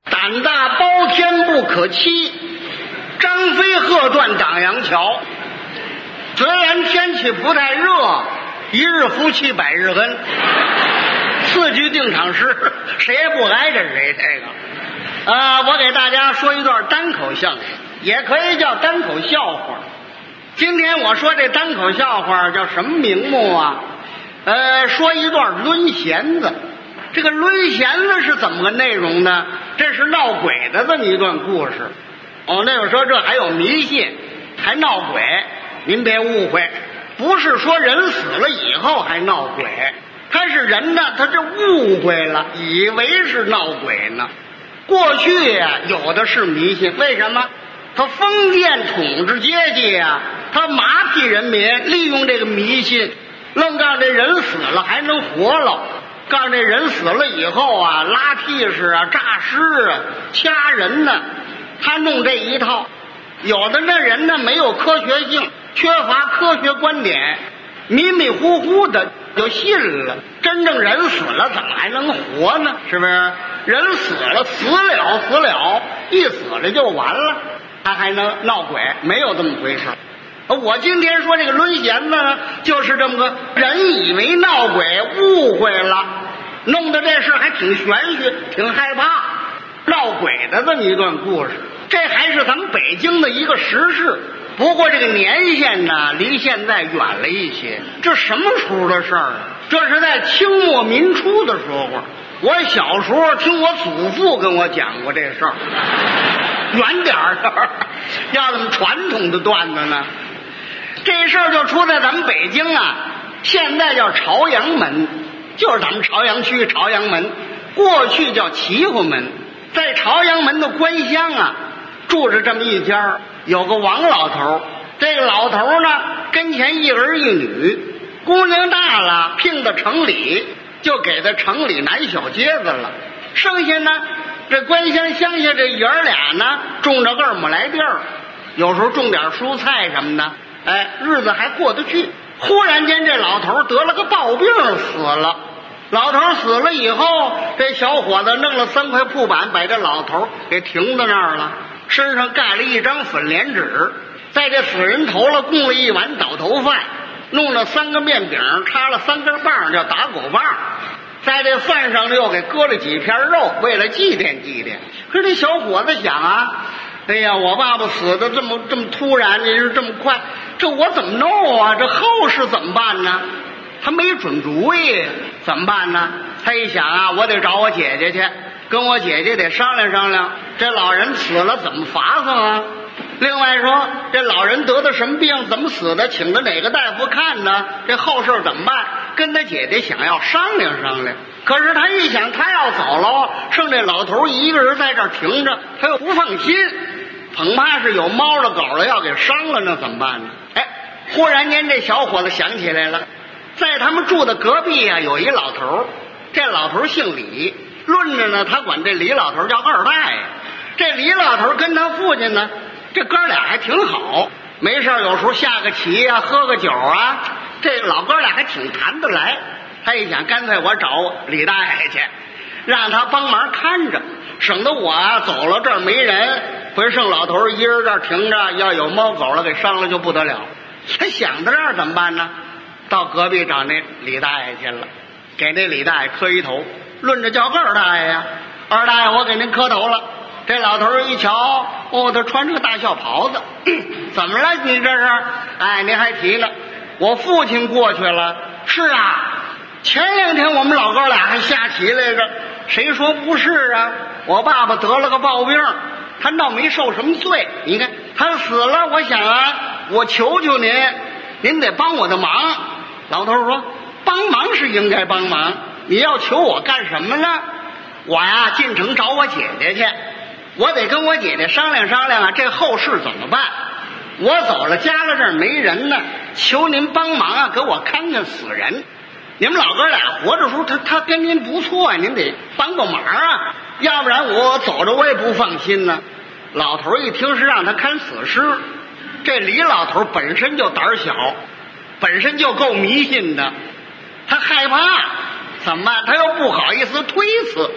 胆大包天不可欺，张飞喝断挡阳桥。虽然天气不太热，一日夫妻百日恩。4句定场诗，谁也不挨着谁。这个我给大家说一段单口相声，也可以叫单口笑话。今天我说这单口笑话叫什么名目啊？说一段抡弦子。这个抡弦子是怎么个内容呢？这是闹鬼的这么一段故事。那个说这还有迷信，还闹鬼。您别误会，不是说人死了以后还闹鬼，他是人呢，他这误会了，以为是闹鬼呢。过去呀，有的是迷信，为什么？他封建统治阶级啊，他麻痹人民，利用这个迷信，愣让这人死了还能活了，让这人死了以后啊，拉替尸啊、诈尸啊、掐人呢，他弄这一套。有的那人呢，没有科学性，缺乏科学观点，迷迷糊糊的就信了。真正人死了怎么还能活呢？是不是？人死了，死了，一死了就完了，他还能闹鬼？没有这么回事。我今天说这个抡弦子呢，就是这么个人以为闹鬼，误会了，弄得这事还挺玄学，挺害怕，闹鬼的这么一段故事。这还是咱们北京的一个时事，不过这个年限呢，离现在远了一些。这什么时候的事儿啊？这是在清末民初的时候。我小时候听我祖父跟我讲过这事儿，远点儿的，要怎么传统的段子呢？这事儿就出在咱们北京啊，现在叫朝阳门，就是咱们朝阳区朝阳门，过去叫齐湖门。在朝阳门的官乡啊，住着这么一家，有个王老头。这个老头呢，跟前一儿一女，姑娘大了，聘到城里，就给他城里拿小街子了。剩下呢，这官乡乡下这爷儿俩呢，种着2亩来地儿，有时候种点蔬菜什么的，日子还过得去。忽然间，这老头得了个暴病死了。老头死了以后，这小伙子弄了3块铺板，把这老头给停在那儿了，身上盖了一张粉莲纸，在这死人头了供了一碗倒头饭，弄了3个面饼，插了3根棒，叫打狗棒，在这饭上又给搁了几片肉，为了祭奠祭奠。可是这小伙子想啊，哎呀，我爸爸死的这么突然，你是这么快，这我怎么弄啊？这后事怎么办呢？他没准主意，怎么办呢？他一想啊，我得找我姐姐去，跟我姐姐得商量商量，这老人死了怎么罚送啊？另外说，这老人得的什么病，怎么死的，请的哪个大夫看呢？这后事怎么办？跟他姐姐想要商量商量。可是他一想，他要走了，剩这老头一个人在这儿停着，他又不放心，恐怕是有猫了狗了要给伤了，那怎么办呢？忽然间这小伙子想起来了，在他们住的隔壁啊，有一老头，这老头姓李，论着呢，他管这李老头叫二大爷。这李老头跟他父亲呢，这哥俩还挺好，没事有时候下个棋啊，喝个酒啊，这老哥俩还挺谈得来。他一想，干脆我找李大爷去，让他帮忙看着，省得我啊走了这儿没人，回剩老头一人这儿停着，要有猫狗了给伤了就不得了。他想到这儿怎么办呢？到隔壁找那李大爷去了，给那李大爷磕一头，论着叫个二大爷呀，二大爷我给您磕头了。这老头一瞧，他穿着个大孝袍子，怎么了你这是？您还提呢，我父亲过去了。是啊，前2天我们老哥俩还下棋来着，谁说不是啊？我爸爸得了个暴病，他倒没受什么罪，你看他死了，我想啊，我求求您得帮我的忙。老头说，帮忙是应该帮忙，你要求我干什么呢？我呀进城找我姐姐去，我得跟我姐姐商量商量啊，这后事怎么办？我走了，家了这儿没人呢，求您帮忙啊，给我看看死人。你们老哥俩活着时候，他跟您不错啊，您得帮个忙啊，要不然我走着我也不放心呢。老头一听是让他看死尸，这李老头本身就胆小，本身就够迷信的，他害怕，怎么办？他又不好意思推辞，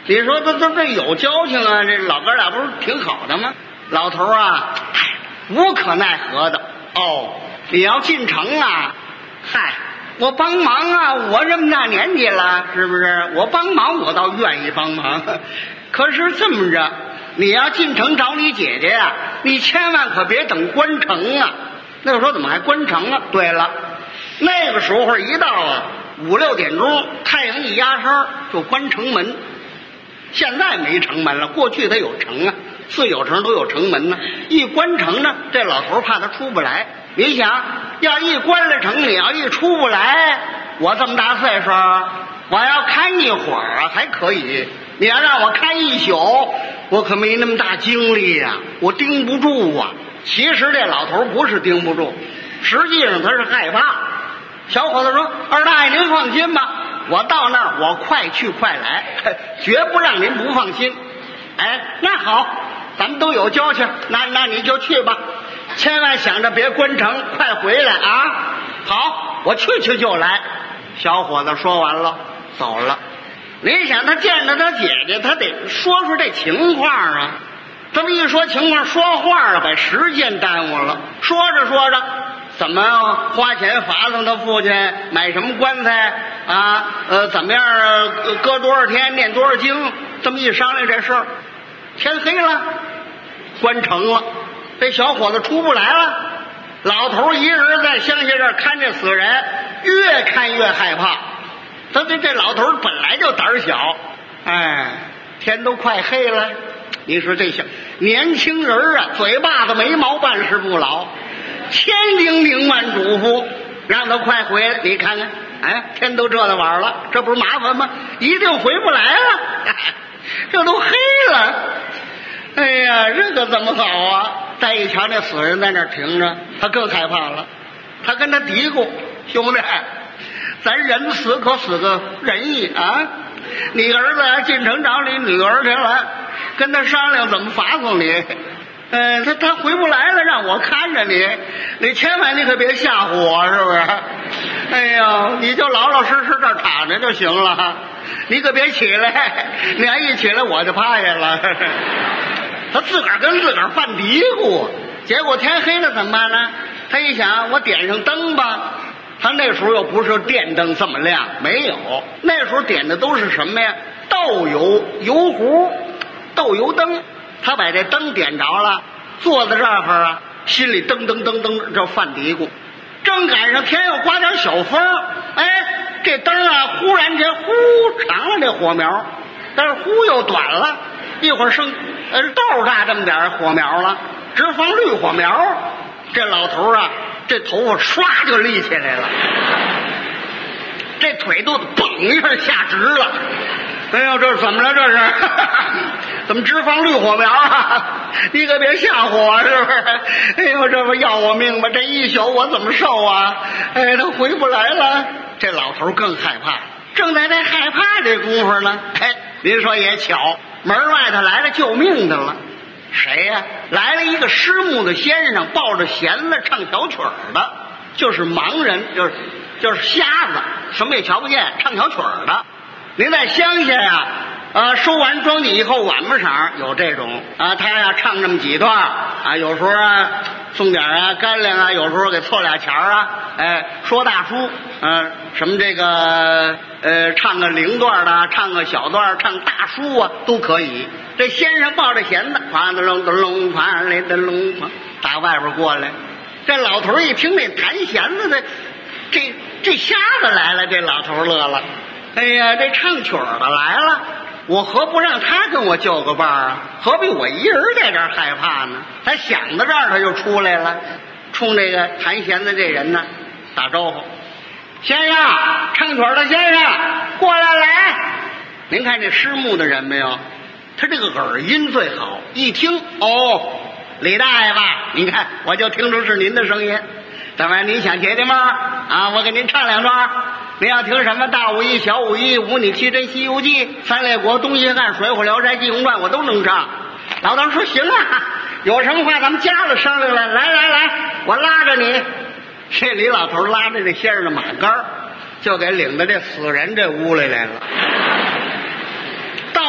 你说这有交情啊，这老哥俩不是挺好的吗？老头啊，无可奈何的。哦，你要进城啊？嗨，我帮忙啊，我这么大年纪了，是不是？我帮忙我倒愿意帮忙，可是这么着，你要进城找你姐姐呀，你千万可别等关城啊。那个时候怎么还关城啊？对了，那个时候一到5、6点钟，太阳一压山就关城门。现在没城门了，过去它有城啊，四九城都有城门呢。一关城呢，这老头怕他出不来。你想，要一关了城，你要一出不来，我这么大岁数，我要看一会儿啊还可以，你要让我看一宿，我可没那么大精力呀，我盯不住啊。其实这老头不是盯不住，实际上他是害怕。小伙子说：“二大爷您放心吧，我到那儿我快去快来，绝不让您不放心。”哎，那好，咱们都有交情，那你就去吧，千万想着别关城，快回来啊！好，我去就来。小伙子说完了，走了。你想他见着他姐姐，他得说出这情况啊。这么一说情况，说话了，把时间耽误了。说着，怎么花钱罚送他父亲，买什么棺材啊？怎么样搁多少天，念多少经？这么一商量这事儿，天黑了，关城了，这小伙子出不来了。老头一人在乡下这儿看这死人，越看越害怕。这老头本来就胆小，哎，天都快黑了。你说这小年轻人啊，嘴巴子没毛，办事不牢，千叮咛万嘱咐，让他快回来。你看看，哎，天都这晚了，这不是麻烦吗？一定回不来了，这都黑了。哎呀，这可怎么好啊？再一瞧那死人在那儿停着，他更害怕了。他跟他嘀咕：“兄弟，咱人死可死个仁义啊！你儿子要进城找你女儿去了，跟他商量怎么罚送你。他回不来了，让我看着你，你千万你可别吓唬我，是不是？哎呀，你就老老实实这儿躺着就行了，你可别起来，你要一起来我就趴下了。”他自个儿跟自个儿犯嘀咕，结果天黑了怎么办呢？他一想，我点上灯吧。他那时候又不是电灯这么亮，没有，那时候点的都是什么呀？豆油油壶、豆油灯。他把这灯点着了，坐在这儿啊，心里噔噔噔噔这犯嘀咕。正赶上天又刮点小风，哎，这灯啊忽然间忽长了这火苗，但是忽又短了，一会儿剩豆大这么点火苗了，直放绿火苗。这老头啊，这头发唰就立起来了，这腿都嘣一下下直了。哎呦，这是怎么了？这是怎么直放绿火苗啊？你可别吓唬我，是不是？哎呦，这不要我命吗？这一宿我怎么受啊？哎，他回不来了。这老头更害怕，正在这害怕这功夫呢，哎，您说也巧，门外头来了救命的了。谁呀？来了一个失目的先生，抱着弦子唱小曲儿的，就是盲人，就是瞎子，什么也瞧不见，唱小曲儿的。您在乡下呀，收完庄稼以后晚不晌有这种啊，他呀唱这么几段啊，有时候啊送点啊干粮啊，有时候给凑俩钱啊，哎，说大书，什么这个唱个零段的，唱个小段，唱大书啊都可以。这先生抱着弦子，啪的隆的隆，啪来的隆，打外边过来。这老头一听那弹弦子的，这瞎子来了，这老头乐了。哎呀，这唱曲儿的来了，我何不让他跟我就个伴儿啊？何必我一人在这儿害怕呢？他想到这儿，他就出来了，冲这个弹弦的这人呢打招呼：“先生，唱曲儿的先生，过来来。”您看这失目的人没有？他这个耳音最好，一听哦，李大爷吧，您看我就听出是您的声音。怎么您想解解闷啊？我给您唱两段。您要听什么大武艺、小武艺、五女七珍、西游记、三列国、东西汉、水浒、聊斋、济公传，我都能唱。老头说行啊，有什么话咱们家里商量来。来，我拉着你。这李老头拉着这先生的马杆，就给领到这死人这屋里来了。到屋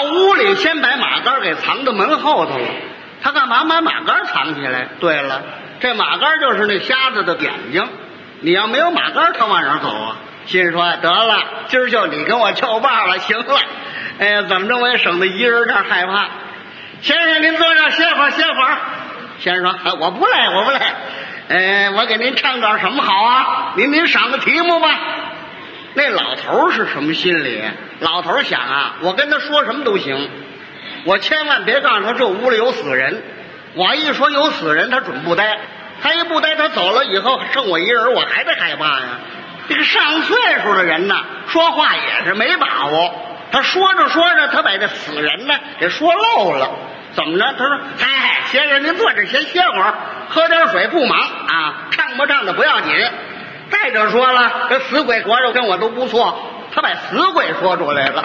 里先把马杆给藏到门后头了。他干嘛把马杆藏起来？对了，这马杆就是那瞎子的眼睛，你要没有马杆，他往哪走啊？心说得了，今儿就你跟我叫伴了，行了。哎呀，怎么着我也省得一人这儿害怕。先生，您坐这儿歇会儿，歇会儿。先生说：“哎，我不累，我不累。我给您唱点什么好啊？您赏个题目吧。”那老头是什么心理？老头想啊，我跟他说什么都行，我千万别告诉他这屋里有死人。我一说有死人，他准不呆。他一不呆，他走了以后剩我一人，我还得害怕呀。这个上岁数的人呢，说话也是没把握。他说着说着，他把这死人呢给说漏了。怎么着？他说：“哎，先生，您坐这先歇会儿，喝点水不忙啊，唱不唱的不要紧。再者说了，这死鬼活着跟我都不错。”他把死鬼说出来了。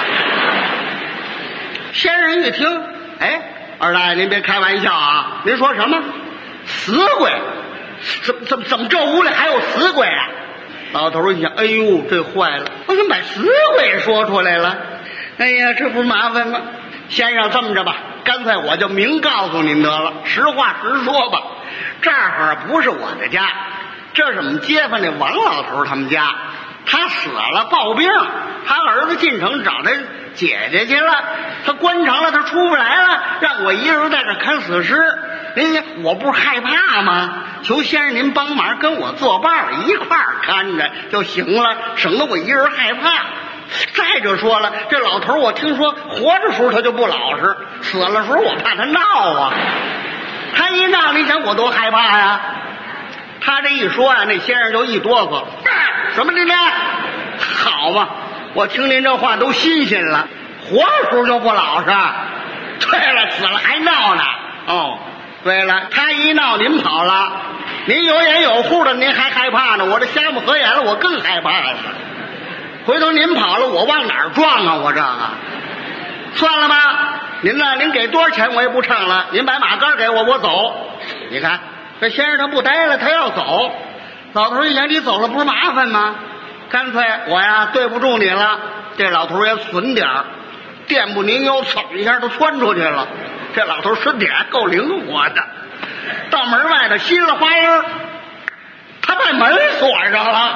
先生一听，哎，二大爷您别开玩笑啊！您说什么？死鬼？怎么这屋里还有死鬼啊？老头一想，哎呦，这坏了！我怎么把死鬼说出来了？哎呀，这不是麻烦吗？先生，这么着吧，干脆我就明告诉您得了，实话实说吧。这儿不是我的家，这是我们街坊那王老头他们家。他死了，抱病，他儿子进城找他姐姐去了，他关城了，他出不来了，让我一人在这看死尸。我不是害怕吗？求先生您帮忙跟我作伴一块儿看着就行了，省得我一人害怕。再者说了，这老头我听说活着时候他就不老实，死了时候我怕他闹啊。他一闹，你想我多害怕呀？他这一说啊，那先生就一哆嗦。什么您呢？好嘛，我听您这话都新鲜了。活着时候就不老实。对了，死了还闹呢。哦，对了，他一闹您跑了，您有眼有户的您还害怕呢，我这瞎目合眼了我更害怕了。回头您跑了，我往哪儿撞啊？我这个算了吧，您呢？您给多少钱我也不唱了，您把马杆给我，我走。你看这先生他不待了，他要走。老头一想，你走了不是麻烦吗？干脆我呀对不住你了。这老头也损点儿，电不拧腰，噌一下就窜出去了。这老头身体还够灵活的，到门外头稀里哗啦，他把门锁上了。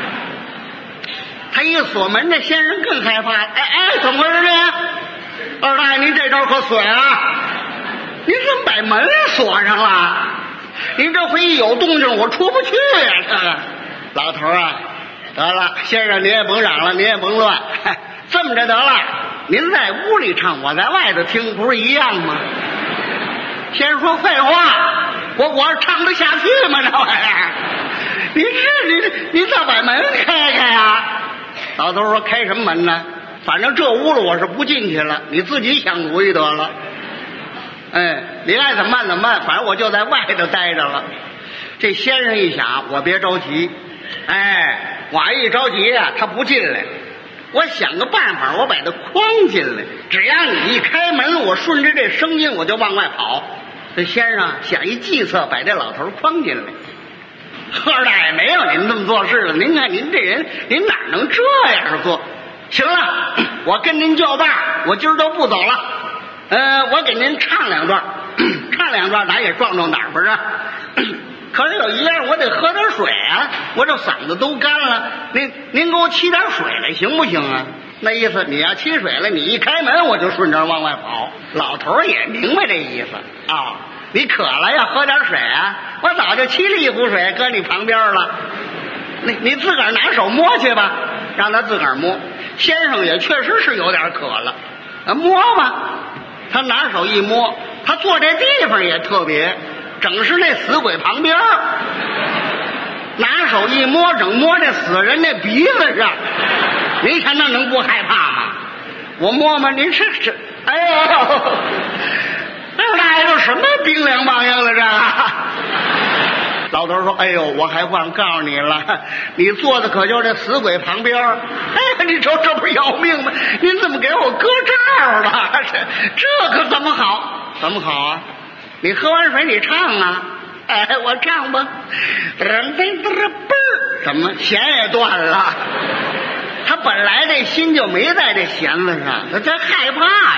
他一锁门，这先生更害怕。哎，怎么回事呢？二大爷，您这招可损啊！您怎么把门锁上了？您这回一有动静，我出不去呀！这个老头啊，得了，先生您也甭嚷了，您也甭乱，这么着得了，您在屋里唱，我在外头听，不是一样吗？先生说废话，我唱得下去吗？这玩意儿，您再把门开开呀！老头说开什么门呢？反正这屋了我是不进去了，你自己想主意得了。你爱怎么办怎么办，反正我就在外头待着了。这先生一想，我别着急，我一着急啊，他不进来，我想个办法，我把他框进来。只要你一开门，我顺着这声音我就往外跑。这先生想一计策，把这老头框进来。二大爷没有您这么做事了，您看您这人，您哪能这样做？行了，我跟您叫伴，我今儿都不走了。我给您唱两段，唱两段，咱也壮壮胆不是？可是有一样，我得喝点水啊，我这嗓子都干了。您给我沏点水来行不行啊？那意思你要沏水了，你一开门我就顺着往外跑。老头也明白这意思啊，你渴了要喝点水啊，我早就沏了一壶水搁你旁边了。你自个儿拿手摸去吧，让他自个儿摸。先生也确实是有点渴了，摸吧。他拿手一摸，他坐这地方也特别，整是那死鬼旁边，拿手一摸，整摸这死人那鼻子上。您看那能不害怕吗？我摸摸，您是哎呦，二大爷这什么冰凉棒样的这？老头说：“哎呦，我还忘告诉你了，你坐的可就这死鬼旁边。哎，你瞅这不是要命吗？您怎么给我搁这儿了？这可怎么好？怎么好啊？你喝完水你唱啊！我唱吧。怎么弦也断了？他本来这心就没在这弦子上，他害怕呀。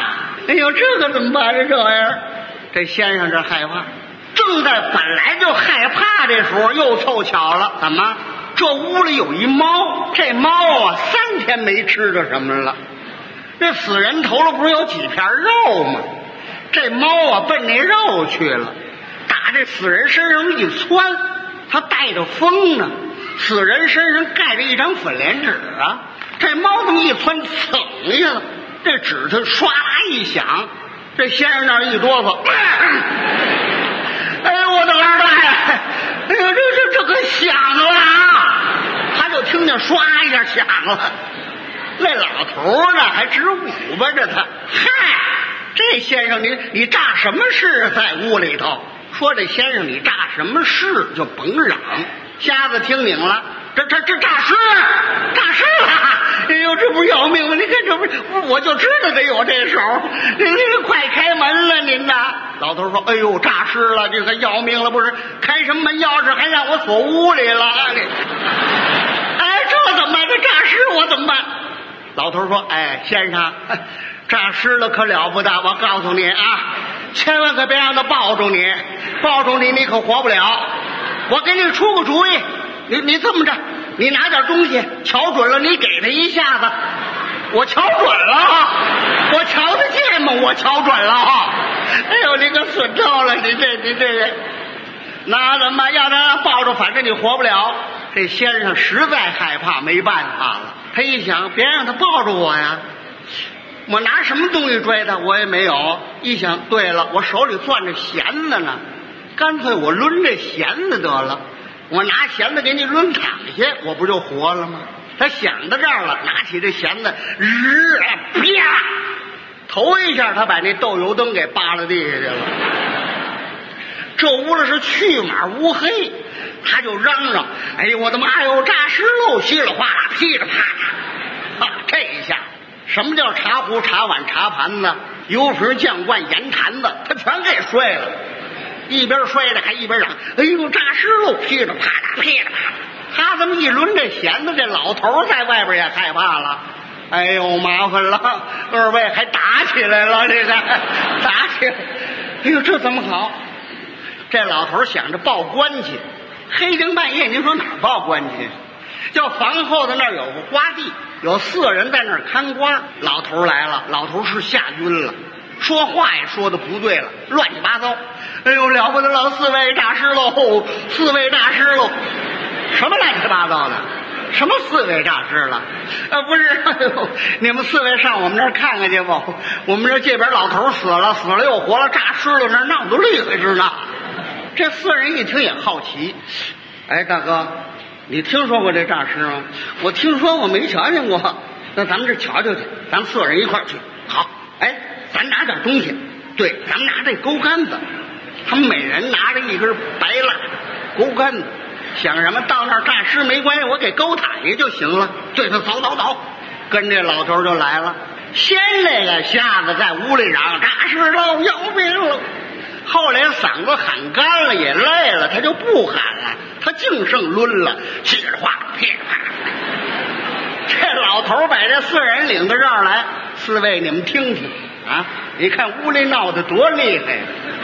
哎呦，这可怎么办？这玩意儿，这先生这害怕，正在本来就害怕这时候，又凑巧了，怎么？这屋里有一猫，这猫啊3天没吃着什么了。这死人头了不是有几片肉吗？这猫啊奔那肉去了，打这死人身上一窜，它带着风呢。死人身上盖着一张粉莲纸啊，这猫这么一窜，蹭一下子，这纸它唰啦一响，这先生那儿一哆嗦，哎呦我的儿子呀！哎呦这可响了啊！他就听见唰一下响了。那老头呢还直捂巴着他，嗨，这先生你诈什么事在屋里头？说这先生你诈什么事就甭嚷，瞎子听明了，这诈尸了！哎呦，这不是要命吗？你看这不是，我就知道得有这手，您快开门了您呐！老头说：“哎呦，诈尸了，这个要命了，不是开什么门钥匙还让我锁屋里了？哎，这怎么办？这诈尸我怎么办？”老头说：“哎，先生，诈尸了可了不得，我告诉你啊，千万可别让他抱住你，抱住你可活不了。我给你出个主意，你这么着，你拿点东西，瞧准了你给他一下子。我瞧准了，我瞧得见吗？我瞧准了。哎呦，你可损透了，你这人，那怎么要他抱着，反正你活不了。”这先生实在害怕，没办法了。他一想，别让他抱着我呀，我拿什么东西追他？我也没有。一想，对了，我手里攥着弦子呢，干脆我抡这弦子得了。我拿弦子给你抡躺下，我不就活了吗？他想到这儿了，拿起这弦子，啪！头一下，他把那豆油灯给扒拉地下去了。这屋里是去马乌黑。他就嚷嚷：“哎呦我的妈哟，诈尸喽！稀里哗啦，噼里啪啦！”这一下，什么叫茶壶、茶碗、茶盘子、油瓶、酱罐、盐坛子，他全给摔了。一边摔着还一边嚷：“哎呦，诈尸喽！噼里啪啦，噼里啪啦！”他这么一抡这弦子，这老头在外边也害怕了。哎呦，麻烦了，二位还打起来了，这个打起来！哎呦，这怎么好？这老头想着报官去。黑更半夜，您说哪儿报官去？叫房后的那儿有个花地，有4个人在那儿看瓜。老头来了，老头是吓晕了，说话也说的不对了，乱七八糟。哎呦，了不得了，4位诈尸喽，4位诈尸喽！什么乱七八糟的？什么4位诈尸了？不是，哎呦，你们4位上我们这儿看看去吧。我们这边老头死了又活了，诈尸了，那闹得厉害着呢。这4人一听也好奇，哎，大哥，你听说过这诈尸吗？我听说过，没瞧见过。那咱们这瞧瞧去，咱们4人一块儿去。好，哎，咱拿点东西。对，咱们拿这钩竿子。他们每人拿着一根白蜡钩竿子，想什么到那儿诈尸没关系，我给钩躺下就行了。对，他走，跟这老头就来了。先那个瞎子在屋里嚷：“诈尸喽，要命了！”后来嗓子喊干了，也累了，他就不喊了，他净剩抡了，稀里哗啦，噼里啪啦。这老头把这4人领到这儿来，4位你们听听啊，你看屋里闹得多厉害呀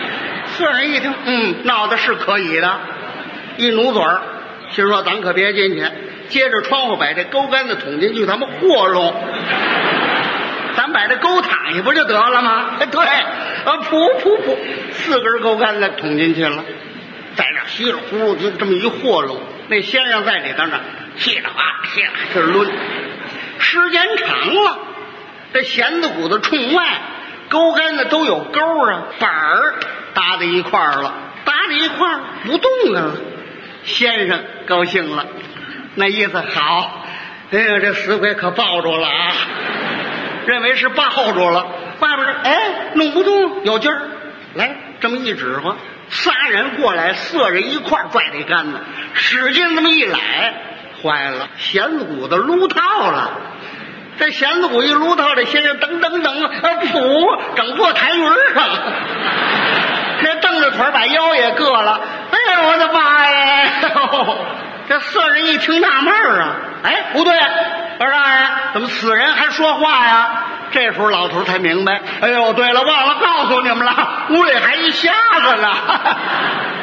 ！4人一听，闹的是可以的，一努嘴儿，心说咱可别进去，接着窗户把这钩竿子捅进去，咱们和拢。咱把这钩躺下不就得了吗？对，噗，4根钩竿子捅进去了，在这稀里呼噜就这么一和拢，那先生在里头呢，稀里哗啦这抡，时间长了，这弦子骨子冲外，钩竿子都有钩啊，板儿搭在一块儿了，不动了。先生高兴了，那意思好，哎呀，这死鬼可抱住了啊！认为是抱住了，外边弄不动，有劲儿，来这么一指挥，3人过来，4人一块拽这杆子，使劲这么一来，坏了，弦子骨子撸套了。这弦子骨一撸套，这先生噔，整坐台云上，这蹬着腿把腰也硌了。哎呀，我的妈呀！这4人一听纳闷啊，哎，不对，二大人怎么死人还说话呀？ 这时候老头才明白，哎呦，对了，忘了告诉你们了，屋里还一瞎子呢。